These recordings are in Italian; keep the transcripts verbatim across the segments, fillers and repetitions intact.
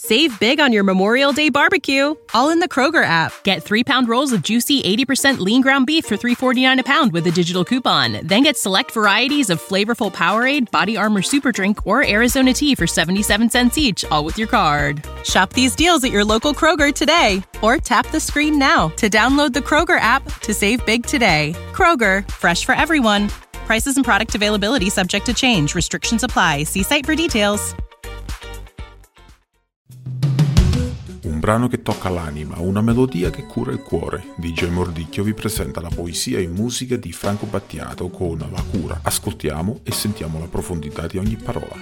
Save big on your Memorial Day barbecue, all in the Kroger app. Get three-pound rolls of juicy eighty percent lean ground beef for three forty-nine a pound with a digital coupon. Then get select varieties of flavorful Powerade, Body Armor Super Drink, or Arizona tea for seventy-seven cents each, all with your card. Shop these deals at your local Kroger today, or tap the screen now to download the Kroger app to save big today. Kroger, fresh for everyone. Prices and product availability subject to change. Restrictions apply. See site for details. Un brano che tocca l'anima, una melodia che cura il cuore. D J Mordicchio vi presenta la poesia in musica di Franco Battiato con La cura. Ascoltiamo e sentiamo la profondità di ogni parola.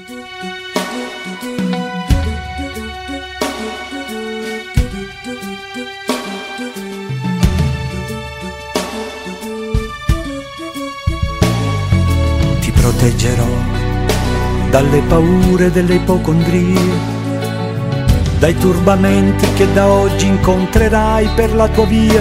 Ti proteggerò dalle paure delle ipocondrie, dai turbamenti che da oggi incontrerai per la tua via,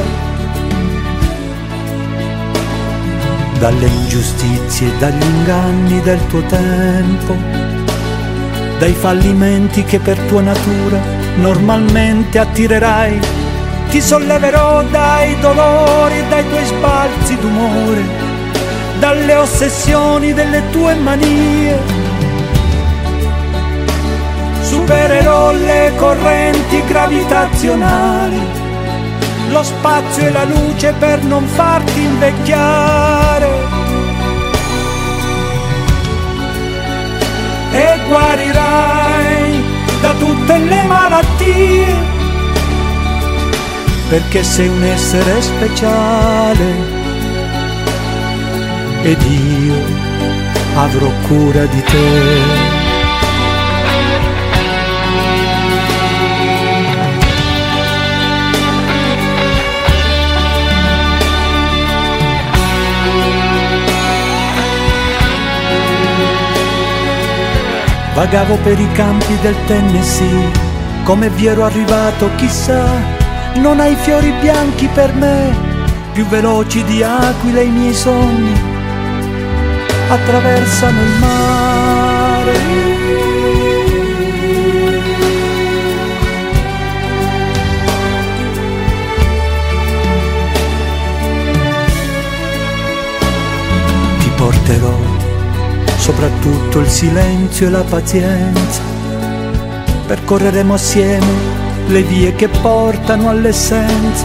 dalle ingiustizie e dagli inganni del tuo tempo, dai fallimenti che per tua natura normalmente attirerai. Ti solleverò dai dolori e dai tuoi sbalzi d'umore, dalle ossessioni delle tue manie. Supererò le correnti gravitazionali, lo spazio e la luce per non farti invecchiare. E guarirai da tutte le malattie, perché sei un essere speciale ed io avrò cura di te. Vagavo per i campi del Tennessee, come vi ero arrivato chissà. Non hai fiori bianchi per me, più veloci di aquile i miei sogni attraversano il mare. Ti porterò soprattutto il silenzio e la pazienza, percorreremo assieme le vie che portano all'essenza.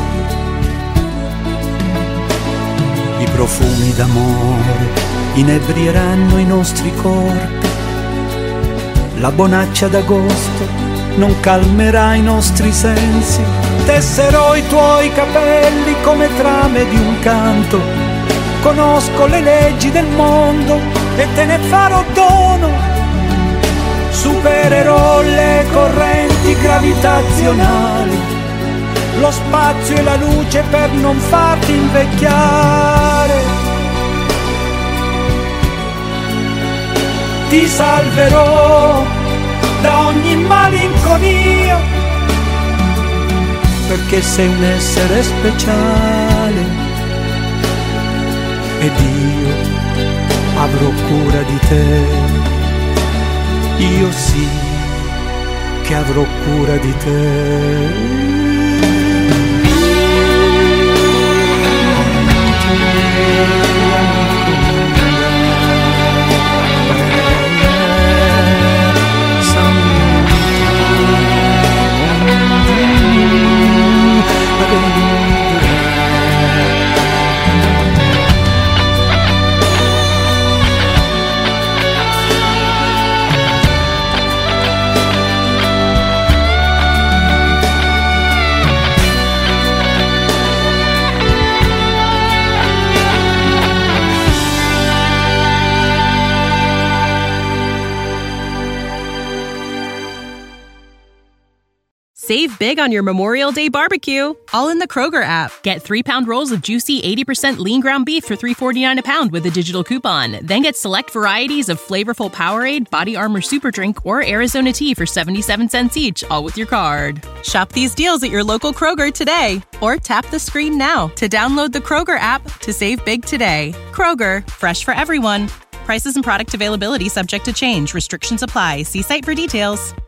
I profumi d'amore inebrieranno i nostri corpi, la bonaccia d'agosto non calmerà i nostri sensi. Tesserò i tuoi capelli come trame di un canto, conosco le leggi del mondo e te ne farò dono. Supererò le correnti gravitazionali, lo spazio e la luce per non farti invecchiare. Ti salverò da ogni malinconia, perché sei un essere speciale ed io avrò cura di te. Io sì che avrò cura di te. Save big on your Memorial Day barbecue, all in the Kroger app. Get three-pound rolls of juicy eighty percent lean ground beef for three forty-nine a pound with a digital coupon. Then get select varieties of flavorful Powerade, Body Armor Super Drink, or Arizona tea for seventy-seven cents each, all with your card. Shop these deals at your local Kroger today, or tap the screen now to download the Kroger app to save big today. Kroger, fresh for everyone. Prices and product availability subject to change. Restrictions apply. See site for details.